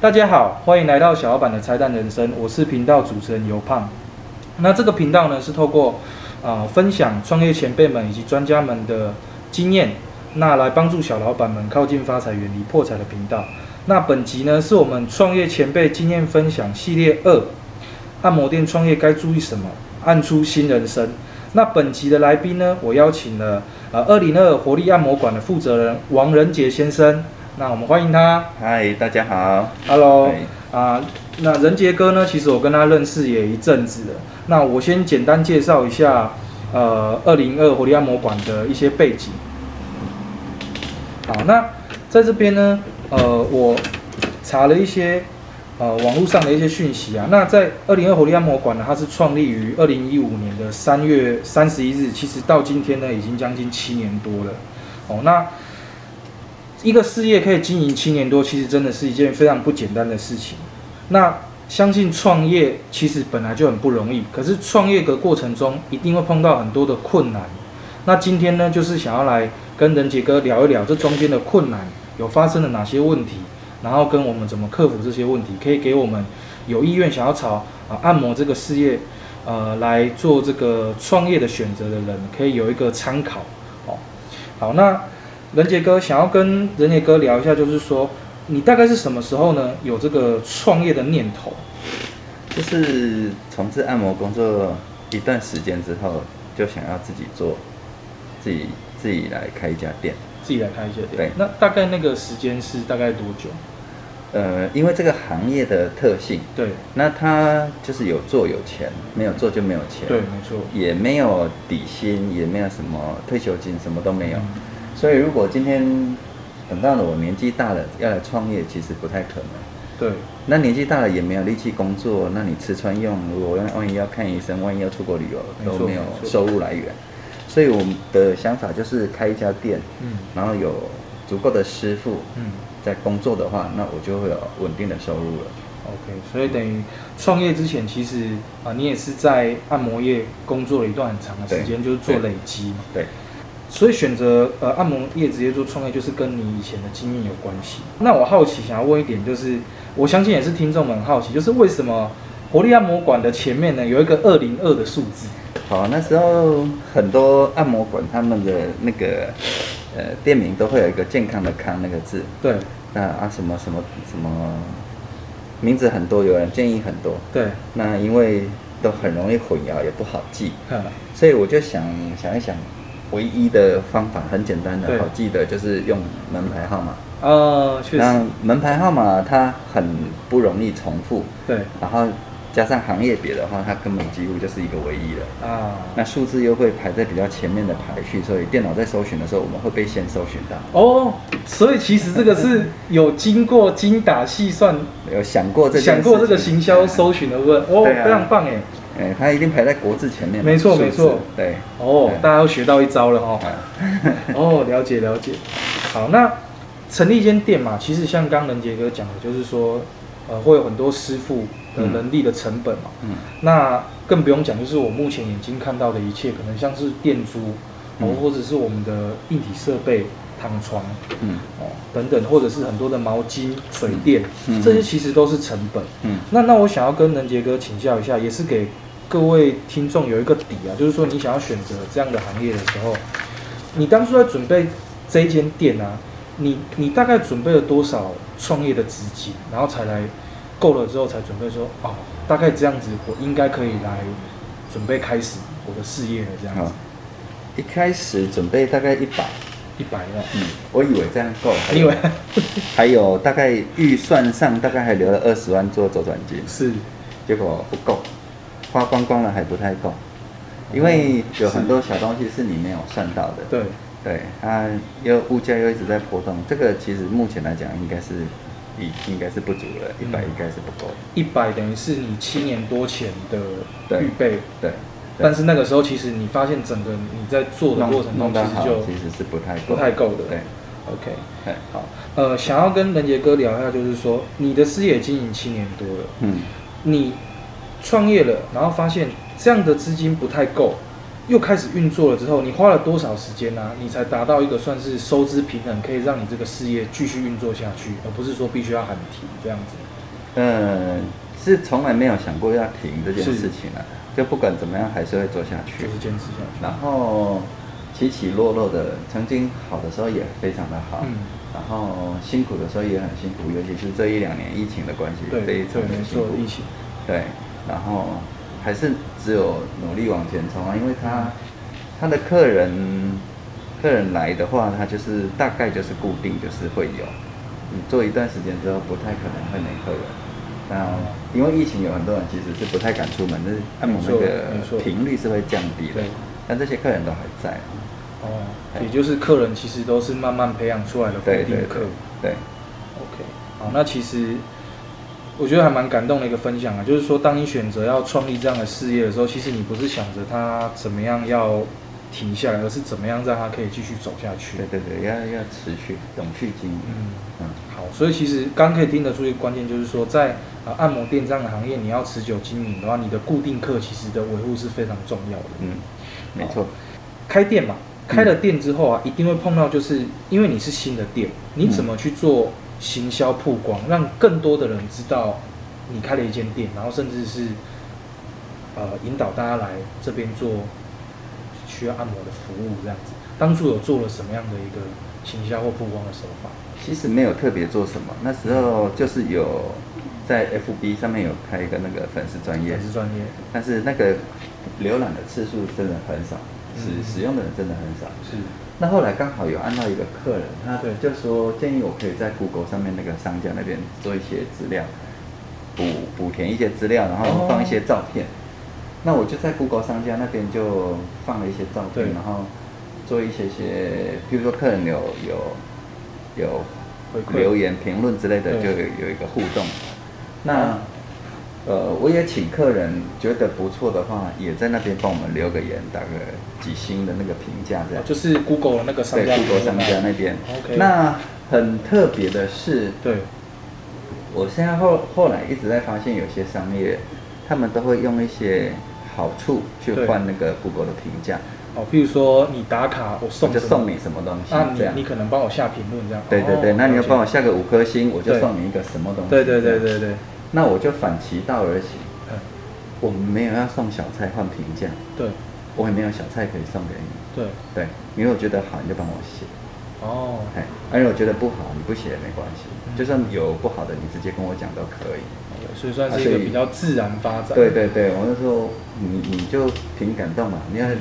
大家好，欢迎来到小老板的拆弹人生，我是频道主持人尤胖。那这个频道呢是透过分享创业前辈们以及专家们的经验，那来帮助小老板们靠近发财、远离破财的频道。那本集呢是我们创业前辈经验分享系列2，按摩店创业该注意什么？按出新人生。那本集的来宾呢，我邀请了202活力按摩馆的负责人王仁杰先生。那我们欢迎他。 嗨，大家好。 Hello。那仁杰哥呢，其实我跟他认识也一阵子了。那我先简单介绍一下202活力按摩馆的一些背景。好，那在这边呢，我查了一些网络上的一些讯息啊。那在202活力按摩馆呢，它是创立于2015年的3月31日，其实到今天呢，已经将近7年多了。那一个事业可以经营7年多，其实真的是一件非常不简单的事情。那相信创业其实本来就很不容易，可是创业的过程中一定会碰到很多的困难。那今天呢，就是想要来跟仁杰哥聊一聊这中间的困难有发生了哪些问题，然后跟我们怎么克服这些问题，可以给我们有意愿想要朝按摩这个事业来做这个创业的选择的人，可以有一个参考。好，那仁杰哥想要跟仁杰哥聊一下，就是说你大概是什么时候呢有这个创业的念头？ 就是从事按摩工作一段时间之后，就想要自己做，自己来开一家店。 自己来开一家店。 对。 那大概那个时间是大概多久？ 因为这个行业的特性， 对， 那它就是有做有钱，没有做就没有钱。 对，没错。也没有底薪，也没有什么退休金，什么都没有。所以如果今天等到了我年纪大了要来创业，其实不太可能。 对。 那年纪大了也没有力气工作，那你吃穿用，如果万一要看医生，万一要出国旅游，都没有收入来源。所以我们的想法就是开一家店，然后有足够的师傅，在工作的话，那我就会有稳定的收入了。 OK， 所以等于创业之前，其实你也是在按摩业工作了一段很长的时间，就是做累积嘛。 对。 所以选择按摩业直接做创业，就是跟你以前的经验有关系。那我好奇想要问一点，就是我相信也是听众们很好奇，就是为什么活力按摩馆的前面呢有一个202的数字？ 好，那时候很多按摩馆他们的那个店名都会有一个健康的康那个字。 对。 那什么名字很多，有人建议很多。 对。 那因为都很容易混淆，也不好记。所以我就想一想。唯一的方法很简单的，好记的，就是用门牌号码。 确实。 那门牌号码它很不容易重复。 对。然后加上行业别的话，它根本几乎就是一个唯一了。那数字又会排在比较前面的排序，所以电脑在搜寻的时候，我们会被先搜寻到。 所以其实这个是有经过精打细算， 有想过这个行销搜寻的部分。非常棒哎。 它一定排在国字前面。 没错没错。 对。 大家都学到一招了了解。好，那成立一间店嘛，其实像刚仁杰哥讲的，就是说会有很多师傅的人力的成本嘛。那更不用讲，就是我目前眼睛看到的一切，可能像是店租，或者是我们的硬体设备、躺床，等等，或者是很多的毛巾、水电，这些其实都是成本。那我想要跟仁杰哥请教一下，也是给各位听众有一个底啊，就是说你想要选择这样的行业的时候，你当初在准备这一间店啊，你大概准备了多少创业的资金，然后才来够了之后才准备说大概这样子我应该可以来准备开始我的事业了这样子。 一开始准备大概100 了。 我以为这样够。 你以为？ 还有大概预算上大概还留了20万做周转金。 是。 结果不够，花光光了还不太够，因为有很多小东西是你没有算到的。 对。 它物价又一直在波动，这个其实目前来讲应该是不足了，100应该是不够。 100等于是你7年多前的预备。 对。 但是那个时候其实你发现整个你在做的过程中其实是不太够的。 对。OK。好。想要跟仁杰哥聊一下，就是说你的事业经营7年多了。你创业了，然后发现这样的资金不太够，又开始运作了之后，你花了多少时间呢？你才达到一个算是收支平衡，可以让你这个事业继续运作下去，而不是说必须要喊停这样子。 是从来没有想过要停这件事情啊，就不管怎么样还是会做下去， 就是坚持下去。 然后起起落落的，曾经好的时候也非常的好，然后辛苦的时候也很辛苦，尤其是这1-2年疫情的关系，非常的辛苦。 疫情。 对，然后还是只有努力往前冲啊，因为他的客人来的话，他就是大概就是固定就是会有，你做一段时间之后，不太可能会没客人。那因为疫情有很多人其实是不太敢出门，就是按摩那个频率是会降低的，但这些客人都还在。 也就是客人其实都是慢慢培养出来的固定客。 对。 OK， 好，那其实我觉得还蛮感动的一个分享啊，就是说当你选择要创立这样的事业的时候，其实你不是想着它怎么样要停下来，而是怎么样让它可以继续走下去。 对，要持续永续经营。 好，所以其实刚可以听得出一个关键，就是说在按摩店这样的行业，你要持久经营的话，你的固定客其实的维护是非常重要的。 没错。 开店嘛，开了店之后啊，一定会碰到，就是因为你是新的店，你怎么去做行销曝光，让更多的人知道你开了一间店，然后甚至是引导大家来这边做需要按摩的服务这样子。当初有做了什么样的一个行销或曝光的手法？ 其实没有特别做什么，那时候就是有在 FB 上面有开一个那个粉丝专页，但是那个浏览的次数真的很少，使用的人真的很少。是。那后来刚好有按到一个客人，他就说建议我可以在 Google 上面那个商家那边做一些资料，补填一些资料，然后放一些照片。那我就在 Google 商家那边就放了一些照片，然后做一些，比如说客人有留言评论之类的，就有一个互动。那我也请客人觉得不错的话，也在那边帮我们留个言，打个几星的那个评价，这样。就是 Google 的那个商家。 对 ，Google 商家那边。那很特别的是，我现在后来一直在发现，有些商业他们都会用一些好处去换那个 Google 的评价。 譬如说你打卡，我就送你什么东西， 这样你可能帮我下评论这样。 对，那你要帮我下个5颗星，我就送你一个什么东西。 对。 那我就反其道而行，我没有要送小菜换评价，我也没有小菜可以送给你，对，因为我觉得好你就帮我写，而且我觉得不好你不写也没关系，就算有不好的你直接跟我讲都可以。 所以算是一个比较自然发展。 对，我就说你就凭感动嘛，你要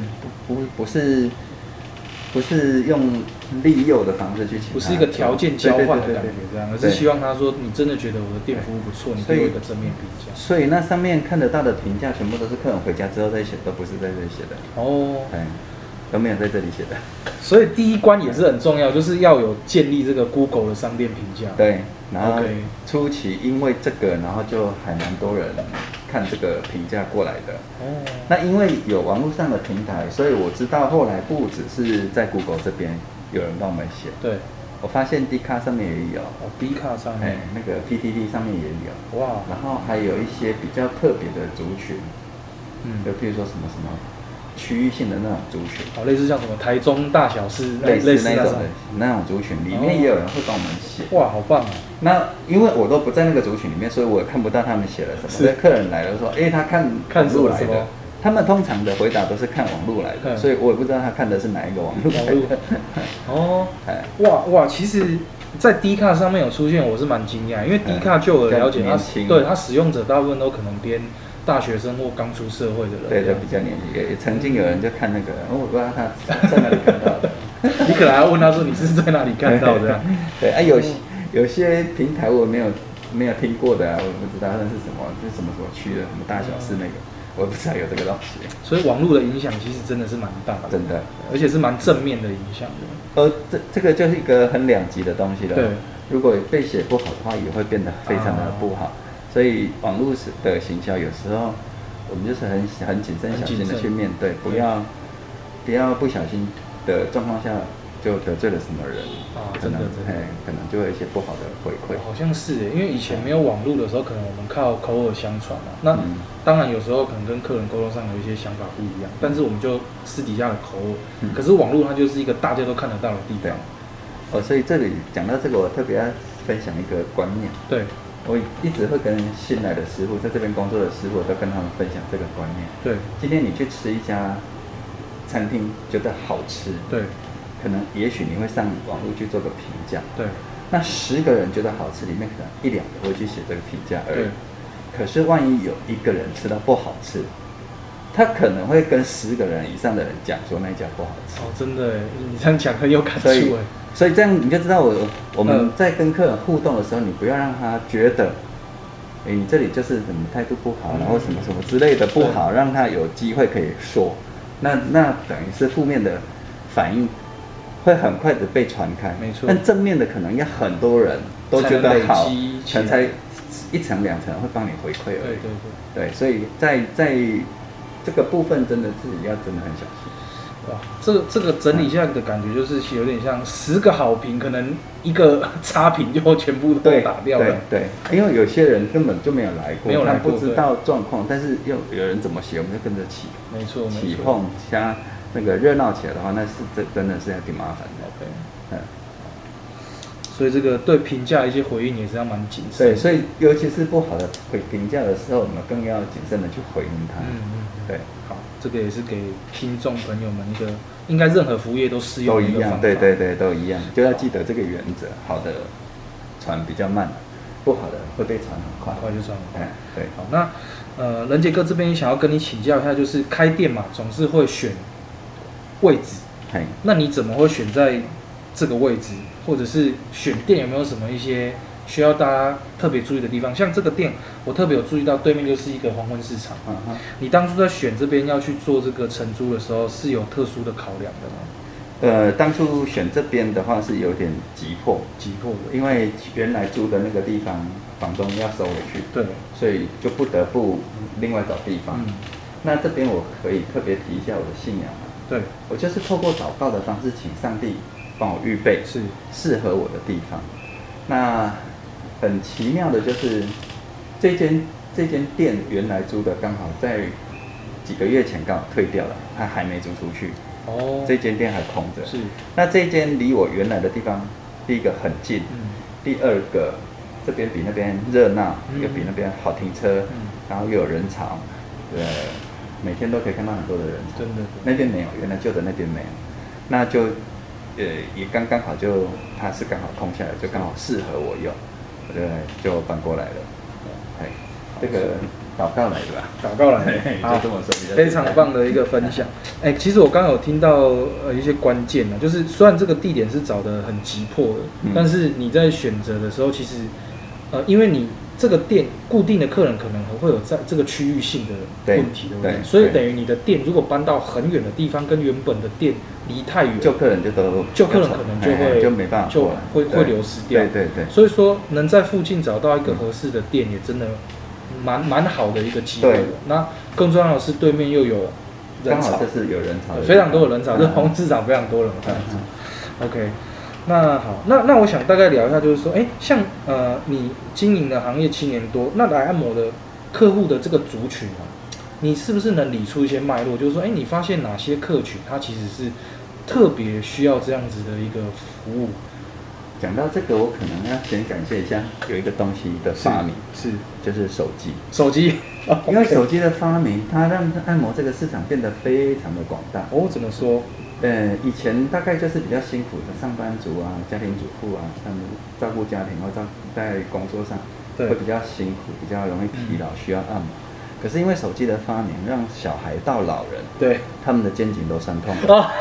不是用利诱的方式去请他， 不是一个条件交换的感觉这样，而是希望他说你真的觉得我的店服务不错，你给我一个正面评价。 所以那上面看得到的评价全部都是客人回家之后再写，都不是在这里写的。都没有在这里写的。所以第一关也是很重要，就是要有建立这个 Google 的商店评价。 对，然后初期因为这个，然后就还蛮多人看这个评价过来的。那因为有网络上的平台，所以我知道后来不只是在 Google 这边有人帮我们写。对，我发现 Dcard 上面也有。 Dcard 上面。 那个 PTT 上面也有。哇。然后还有一些比较特别的族群，就譬如说什么区域性的那种族群， 类似像什么台中大小事类似那种族群，里面也有人会帮我们写。 哇，好棒啊！ 那因为我都不在那个族群里面，所以我也看不到他们写了什么。所以客人来了说，他看网路来的，他们通常的回答都是看网路来的，所以我也不知道他看的是哪一个网路来的。哇，其实，在 Dcard 上面有出现，我是蛮惊讶，因为 Dcard 就我了解，他使用者大部分都可能偏大学生或刚出社会的人， 对，比较年轻。也曾经有人就看那个，我不知道他在哪里看到的。 你可能还问他说你是在哪里看到的？ 对啊，有些平台我没有听过的啊，我不知道那是什么，是什么区的，什么大小事那个，我不知道有这个东西。 所以网络的影响其实真的是蛮大的， 真的， 而且是蛮正面的影响的。 这个就是一个很两极的东西了。 对， 如果被写不好的话，也会变得非常的不好。所以网络的行销有时候我们就是很谨慎小心的去面对，不要不小心的状况下就得罪了什么人真的，可能就会有一些不好的回馈。 好像是耶，因为以前没有网络的时候，可能我们靠口耳相传嘛。那当然有时候可能跟客人沟通上有一些想法不一样，但是我们就私底下的口耳。可是网络它就是一个大家都看得到的地方。 所以这里讲到这个，我特别要分享一个观念。 对。 我一直会跟新来的师傅，在这边工作的师傅，我都跟他们分享这个观念。 对， 今天你去吃一家餐厅，觉得好吃， 对， 可能也许你会上网络去做个评价， 对。 那10个人觉得好吃，里面可能1、2个会去写这个评价而已。 对。 可是万一有1个人吃到不好吃，他可能会跟10个人以上的人讲说那一家不好吃。 哦，真的耶，你这样讲很有感触哎。 所以这样你就知道我们在跟客人互动的时候，你不要让他觉得，你这里就是什么态度不好，然后什么什么之类的不好，让他有机会可以说，那等于是负面的反应会很快的被传开。没错。但正面的可能要很多人都觉得好，才1层2层会帮你回馈而已。对，所以在这个部分真的自己要真的很小心。 哇，这个整理下来的感觉就是有点像10个好评，可能1个差评就全部都打掉了。 对，因为有些人根本就没有来过， 没有来过， 他不知道状况，但是有人怎么写，我们就跟着起。 没错， 起哄加那个热闹起来的话，那是真的是还挺麻烦的。 OK，所以这个对评价一些回应也是要蛮谨慎。 对，所以尤其是不好的评价的时候，我们更要谨慎的去回应它。对， 好，这个也是给听众朋友们一个，应该任何服务业都适用的一个方法。 对，都一样，就要记得这个原则。好的传比较慢，不好的会被传很快就传很快。 对， 好，那仁杰哥这边想要跟你请教一下，就是开店嘛，总是会选位置。那你怎么会选在这个位置，或者是选店有没有什么一些需要大家特别注意的地方？像这个店，我特别有注意到对面就是一个黄昏市场。你当初在选这边要去做这个承租的时候，是有特殊的考量的吗？ 当初选这边的话是有点急迫的，因为原来租的那个地方房东要收回去，对，所以就不得不另外找地方。那这边我可以特别提一下我的信仰嘛，对，我就是透过祷告的方式，请上帝帮我预备适合我的地方。那很奇妙的就是这间店原来租的刚好在几个月前刚好退掉了，它还没租出去。这间店还空着。那这间离我原来的地方，第一个很近，第二个这边比那边热闹，又比那边好停车，然后又有人潮，每天都可以看到很多的人潮。真的。那边没有，原来旧的那边没有，那就也刚好就它是刚好空下来，就刚好适合我用，我就搬过来了。这个祷告来的吧？祷告来的，就这么说比较非常棒的一个分享。其实我刚刚有听到一些关键呢，就是虽然这个地点是找得很急迫的，但是你在选择的时候，其实因为你这个店固定的客人可能会有在这个区域性的问题，对不对？所以等于你的店如果搬到很远的地方，跟原本的店离太远， 旧客人可能就没办法， 就会流失掉。对。所以说能在附近找到一个合适的店，也真的蛮好的一个机会。那更重要的是对面又有人潮， 这是有人潮， 非常多的人潮，这黄市场非常多人潮。OK。那好，那我想大概聊一下，就是说，像你经营的行业7年多，那来按摩的客户的这个族群啊，你是不是能理出一些脉络？就是说，你发现哪些客群它其实是特别需要这样子的一个服务？ 讲到这个，我可能要先感谢一下有一个东西的发明，就是手机。手机，因为手机的发明，它让按摩这个市场变得非常的广大。 怎么说？ 以前大概就是比较辛苦的上班族啊、家庭主妇啊，他们照顾家庭或在工作上会比较辛苦，比较容易疲劳，需要按摩。可是因为手机的发明，让小孩到老人，他们的肩颈都酸痛了。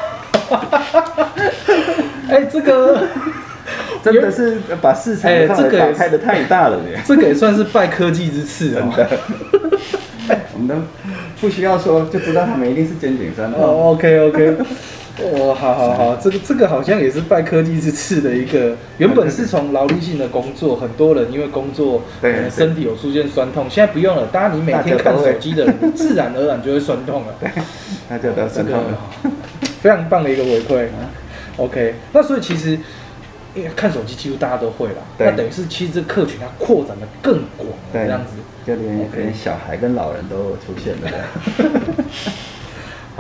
这个真的是把市场打开的太大了耶！ 这个也算是拜科技之赐哦。 我们都不需要说就知道他们一定是肩颈酸痛。 OK。好，这个好像也是拜科技之赐的一个，原本是从劳力性的工作，很多人因为工作身体有出现酸痛，现在不用了，当然你每天看手机的人，自然而然就会酸痛了。 大家都酸痛了， 非常棒的一个回馈。OK， 那所以其实因为看手机几乎大家都会啦，那等于是其实这客群它扩展的更广了，这样子， 就连小孩跟老人都出现了。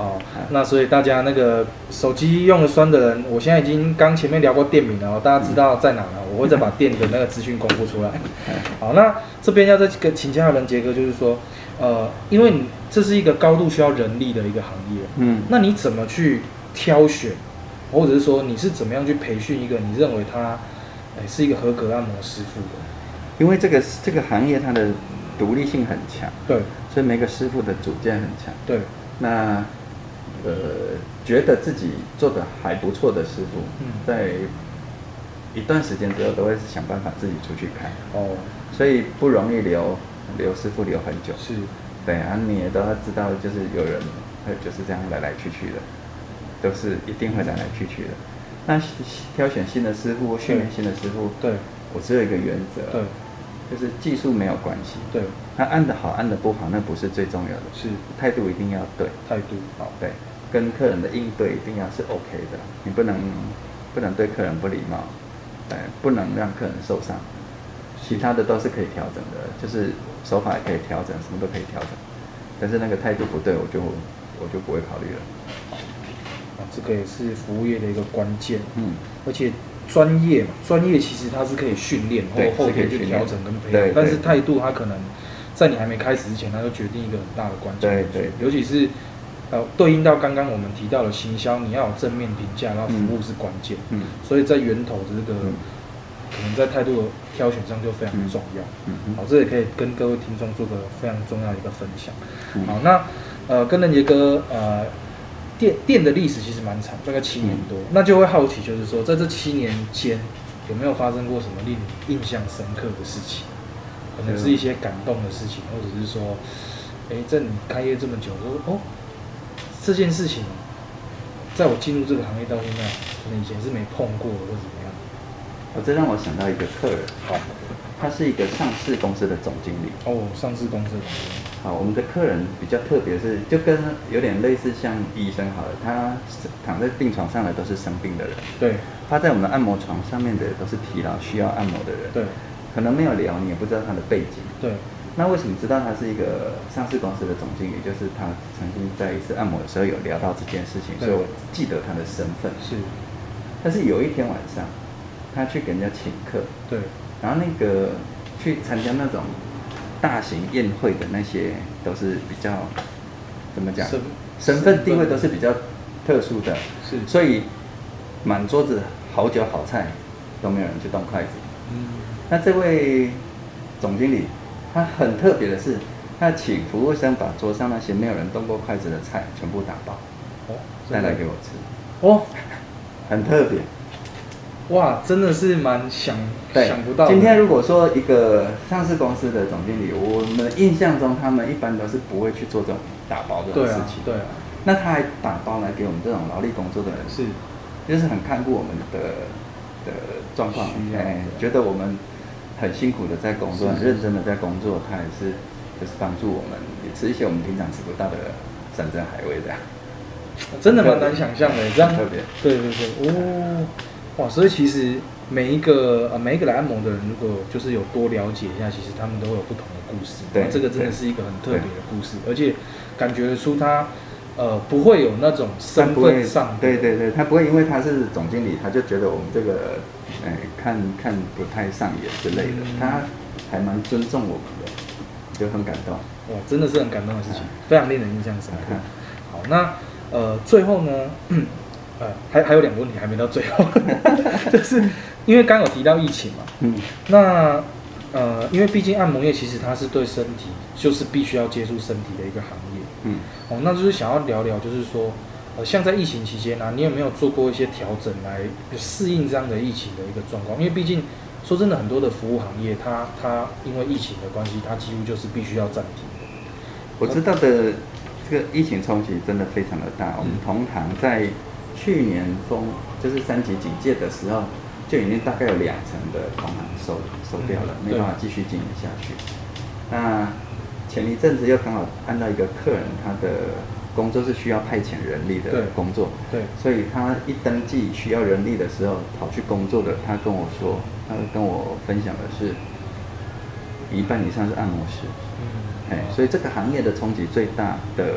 好，那所以大家那个手机用的酸的人，我现在已经刚前面聊过店名了，大家知道在哪了，我会再把店的那个资讯公布出来。好，那这边要再请教任杰哥，就是说，因为这是一个高度需要人力的一个行业，那你怎么去挑选，或者是说你是怎么样去培训一个你认为他，是一个合格按摩师傅的？ 因为这个行业它的独立性很强， 对， 所以每个师傅的主见很强， 对， 那觉得自己做的还不错的师傅，在一段时间之后都会想办法自己出去开，所以不容易留师傅留很久， 是， 对啊，你也都要知道，就是有人就是这样来来去去的，都是一定会来来去去的。那挑选新的师傅，训练新的师傅，对，我只有一个原则，对，就是技术没有关系，对，他按得好按得不好那不是最重要的，是态度一定要对，态度好，对，跟客人的应对一定要是 OK 的，你不能对客人不礼貌，对，不能让客人受伤，其他的都是可以调整的，就是手法也可以调整，什么都可以调整，但是那个态度不对，我就不会考虑了。 这个也是服务业的一个关键，而且专业其实它是可以训练，或后天去调整跟培养，但是态度它可能在你还没开始之前，它就决定一个很大的关键，对，尤其是对应到刚刚我们提到的行销，你要有正面评价，然后服务是关键，所以在源头的这个可能在态度的挑选上就非常重要，好，这也可以跟各位听众做个非常重要的一个分享，好，那跟任杰哥店的历史其实蛮长，大概7年多，那就会好奇，就是说在这7年间有没有发生过什么令你印象深刻的事情？可能是一些感动的事情，或者是说，在你开业这么久，说这件事情，在我进入这个行业到现在，可能以前是没碰过的，或怎么样？ 这让我想到一个客人，他是一个上市公司的总经理。 上市公司的总经理。 好，我们的客人比较特别，是就跟有点类似像医生好了，他躺在病床上的都是生病的人，对，趴在我们的按摩床上面的都是疲劳需要按摩的人，对，可能没有聊，你也不知道他的背景，对。那为什么知道他是一个上市公司的总经理？就是他曾经在一次按摩的时候有聊到这件事情，所以我记得他的身份。是。但是有一天晚上，他去给人家请客，对，然后那个去参加那种大型宴会的那些都是比较怎么讲，身份地位都是比较特殊的，是，所以满桌子好酒好菜都没有人去动筷子。那这位总经理他很特别的是，他请服务生把桌上那些没有人动过筷子的菜全部打包，带来给我吃。很特别。 哇，真的是蛮想不到的。 今天如果说一个上市公司的总经理，我们印象中他们一般都是不会去做这种打包这种事情。对啊。那他还打包来给我们这种劳力工作的人，是，就是很看顾我们的状况，觉得我们很辛苦的在工作，很认真的在工作，他也是就是帮助我们，也吃一些我们平常吃不到的山珍海味的。 真的蛮难想象的，这样特别。对哇，所以其实每一个来按摩的人，如果就是有多了解一下，其实他们都会有不同的故事。对，这个真的是一个很特别的故事，而且感觉得出他不会有那种身份上。对， 他不会因为他是总经理，他就觉得我们这个看不太上眼之类的，他还蛮尊重我们的，就很感动。 哇，真的是很感动的事情，非常令人印象深刻。好，那最后呢？还有2个问题还没到最后，就是因为刚有提到疫情嘛，那因为毕竟按摩业其实它是对身体就是必须要接触身体的一个行业，那就是想要聊聊，就是说，像在疫情期间你有没有做过一些调整来适应这样的疫情的一个状况？因为毕竟说真的，很多的服务行业它因为疫情的关系，它几乎就是必须要暂停。 我知道的这个疫情冲击真的非常的大，我们同行在去年就是3级警戒的时候，就已经大概有2成的同行收掉了，没办法继续经营下去。那前一阵子又刚好按到一个客人，他的工作是需要派遣人力的工作，对，所以他一登记需要人力的时候跑去工作的，他跟我分享的是1半以上是按摩师，所以这个行业的冲击最大的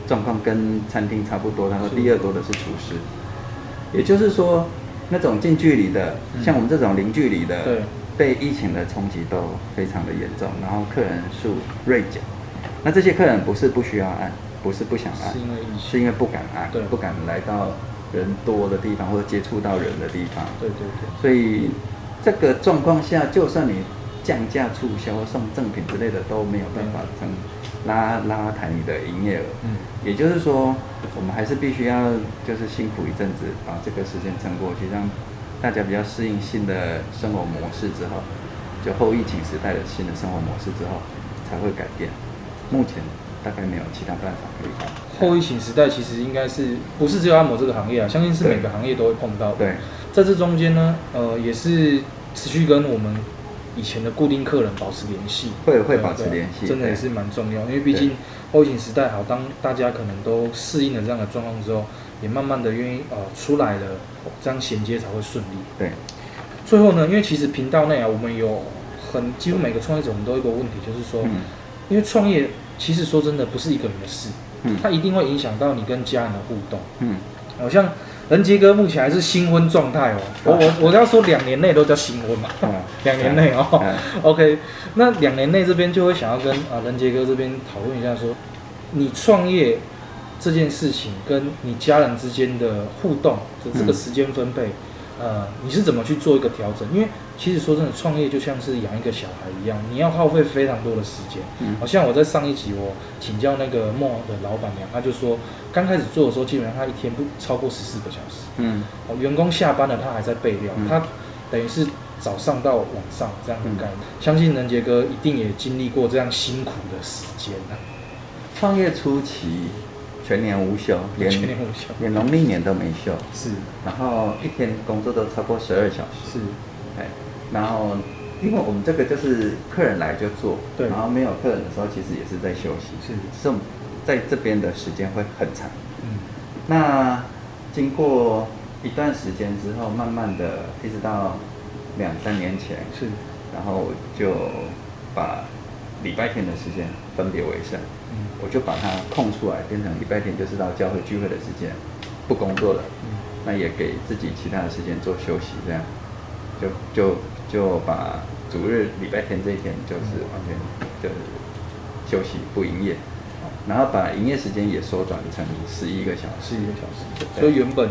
状况跟餐厅差不多，他说第二多的是厨师，也就是说那种近距离的，像我们这种零距离的，被疫情的冲击都非常的严重，然后客人数锐减。那这些客人不是不需要按，不是不想按，是因为不敢按，不敢来到人多的地方或者接触到人的地方。对。所以这个状况下，就算你降价促销、送赠品之类的，都没有办法拉抬你的营业额。也就是说，我们还是必须要就是辛苦一阵子，把这个时间撑过去，让大家比较适应新的生活模式之后，就后疫情时代的新的生活模式之后，才会改变。目前大概没有其他办法可以办。 后疫情时代其实应该是不是只有按摩这个行业啊，相信是每个行业都会碰到的。对，在这中间呢，也是持续跟我们以前的固定客人保持联系。 会保持联系， 真的也是蛮重要，因为毕竟后疫情时代好，当大家可能都适应了这样的状况之后，也慢慢的愿意出来了，这样衔接才会顺利。对。最后呢，因为其实频道内啊，我们有几乎每个创业者，我们都有一个问题，就是说，因为创业其实说真的不是一个人的事，它一定会影响到你跟家人的互动。好像仁杰哥目前还是新婚状态哦，我要说2年内都叫新婚嘛，2年内哦，OK， 那2年内这边就会想要跟仁杰哥这边讨论一下说，你创业这件事情跟你家人之间的互动的这个时间分配。你是怎么去做一个调整？因为其实说真的，创业就像是养一个小孩一样，你要耗费非常多的时间。好像我在上一集我请教那个梦的老板娘，她就说，刚开始做的时候，基本上她一天不超过14个小时。员工下班了，她还在备料，她等于是早上到晚上这样的概念。相信仁杰哥一定也经历过这样辛苦的时间啊。 创业初期。全年无休，连农历年都没休。是，然后一天工作都超过12小时。是，然后因为我们这个就是客人来就做，对，然后没有客人的时候，其实也是在休息。是，只是我们在这边的时间会很长。那经过一段时间之后，慢慢的一直到2、3年前，是，然后就把礼拜天的时间分别为圣。我就把它空出来，变成礼拜天就是到教会聚会的时间，不工作了。那也给自己其他的时间做休息，这样就把主日礼拜天这一天就是完全就是休息不营业，然后把营业时间也缩短成11个小时。11个小时， 所以原本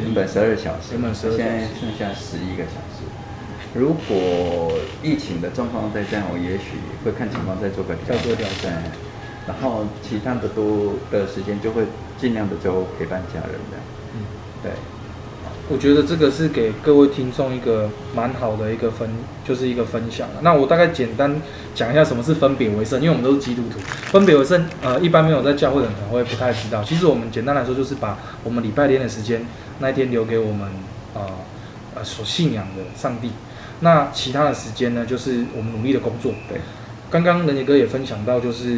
12小时，现在剩下11个小时。如果疫情的状况再这样，我也许会看情况再做个调整。然后其他的时间就会尽量的就陪伴家人的。对。 我觉得这个是给各位听众一个蛮好的一个就是一个分享。那我大概简单讲一下什么是分别为圣，因为我们都是基督徒。分别为圣，一般没有在教会的人可能会不太知道。其实我们简单来说，就是把我们礼拜天的时间那一天留给我们所信仰的上帝。那其他的时间呢，就是我们努力的工作。对。刚刚仁杰哥也分享到，就是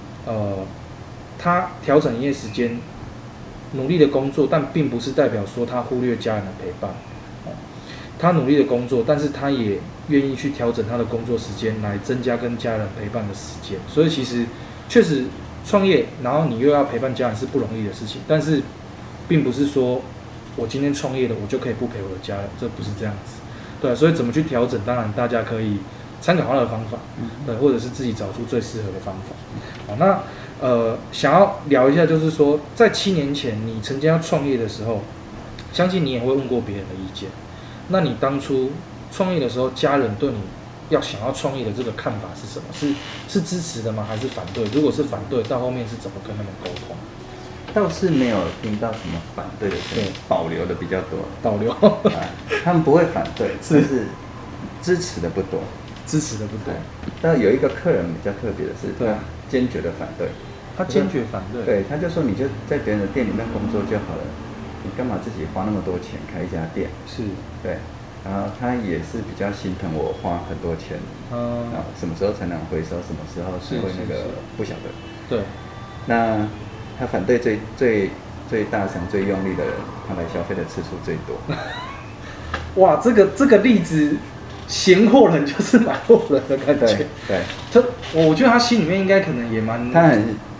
他调整营业时间，努力的工作，但并不是代表说他忽略家人的陪伴。他努力的工作，但是他也愿意去调整他的工作时间，来增加跟家人陪伴的时间。所以其实确实创业，然后你又要陪伴家人是不容易的事情。但是并不是说我今天创业了，我就可以不陪我的家人，这不是这样子。对，所以怎么去调整，当然大家可以参考他的方法，对，或者是自己找出最适合的方法。好，那想要聊一下，就是说，在7年前你曾经要创业的时候，相信你也会问过别人的意见。那你当初创业的时候，家人对你想要创业的这个看法是什么？是支持的吗？还是反对？如果是反对，到后面是怎么跟他们沟通？ 倒是没有听到什么反对的声音，保留的比较多。 保留， 他们不会反对，但是支持的不多。 支持的不多。 但有一个客人比较特别的是，他坚决的反对。 他坚决反对。 对，他就说你就在别人的店里面工作就好了，你干嘛自己花那么多钱开一家店？是。对。然后他也是比较心疼我花很多钱，什么时候才能回收，什么时候是会那个不晓得。对。那他反对最大声、最用力的人，他来消费的次数最多。 哇，这个例子，嫌货人就是买货人的感觉。对。我觉得他心里面应该可能也蛮……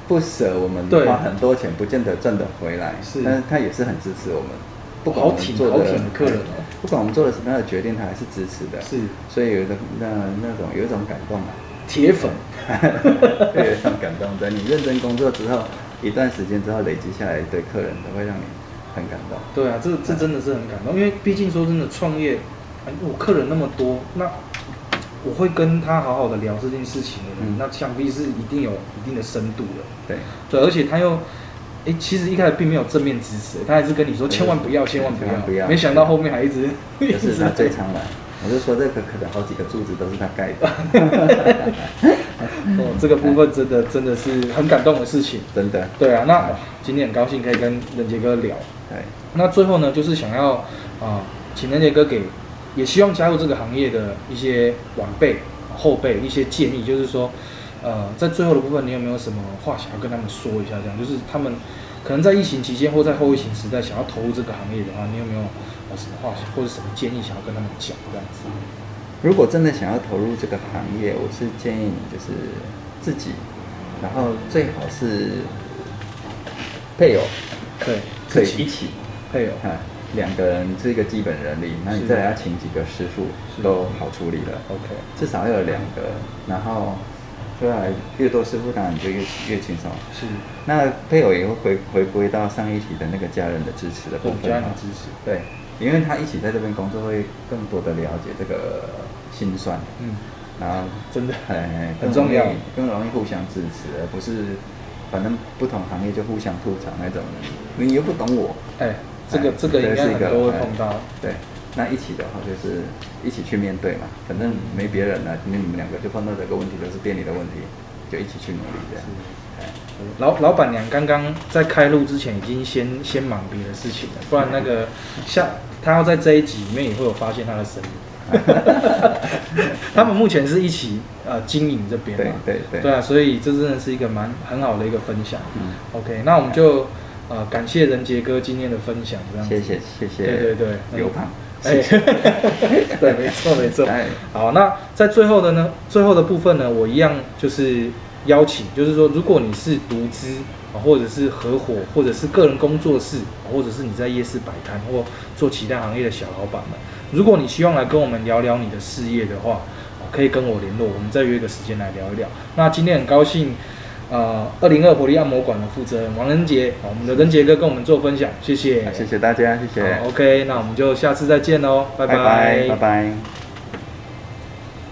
不舍我们花很多钱，不见得赚得回来，但是他也是很支持我们。不管我们做的客人哦， 不管我们做了什么样的决定，他还是支持的。是，所以有一种感动啊， 铁粉， 有一种感动。在你认真工作之后，一段时间之后累积下来，对客人都会让你很感动。 对啊，这真的是很感动，因为毕竟说真的，创业，我客人那么多，那我会跟他好好的聊这件事情的人，那想必是一定有一定的深度的。对，而且他又。其实一开始并没有正面支持，他还是跟你说千万不要，千万不要。没想到后面还一直， 这是他最常来。我就说这个可能好几个柱子都是他盖的。 这个部分真的是很感动的事情。 真的。 对啊，那今天很高兴可以跟仁杰哥聊。对。那最后呢，就是想要请仁杰哥也希望加入这个行业的一些晚辈、后辈一些建议，就是说。在最后的部分，你有没有什么话想要跟他们说一下？这样就是他们可能在疫情期间或在后疫情时代想要投入这个行业的话，你有没有什么话或者什么建议想要跟他们讲？这样子。 如果真的想要投入这个行业，我是建议你就是自己，然后最好是配偶， 对， 可以一起配偶， 两个人是一个基本人力，那你再来要请几个师傅都好处理了。OK， 至少要有2个，然后。对啊，越多师傅当然就越轻松。是，那配偶也会回归到上一题的那个家人的支持的部分。 家人的支持。 对，因为他一起在这边工作，会更多的了解这个辛酸。然后真的很重要， 更容易互相支持，而不是反正不同行业就互相吐槽那种。你又不懂我。 这个应该很多会碰到。 对。那一起的话就是一起去面对嘛，反正没别人了，你们2个就碰到这个问题，都是店里的问题，就一起去努力这样。 老板娘刚刚在开录之前已经先忙别的事情了，不然那个他要在这一集里面也会有发现他的身影。他们目前是一起经营这边嘛，对啊，所以这真的是一个很好的一个分享。OK， 那我们就感谢仁杰哥今天的分享，这样子。 谢谢。对，刘胖。 对，没错。好，那在最后的部分呢，我一样就是邀请，就是说，如果你是独资或者是合伙，或者是个人工作室，或者是你在夜市摆摊或做其他行业的小老板们，如果你希望来跟我们聊聊你的事业的话，可以跟我联络，我们再约个时间来聊一聊。那今天很高兴。202活力按摩馆的负责人王仁杰，我们的仁杰哥跟我们做分享，谢谢， 谢谢大家，谢谢。 OK， 那我们就下次再见喽，拜拜。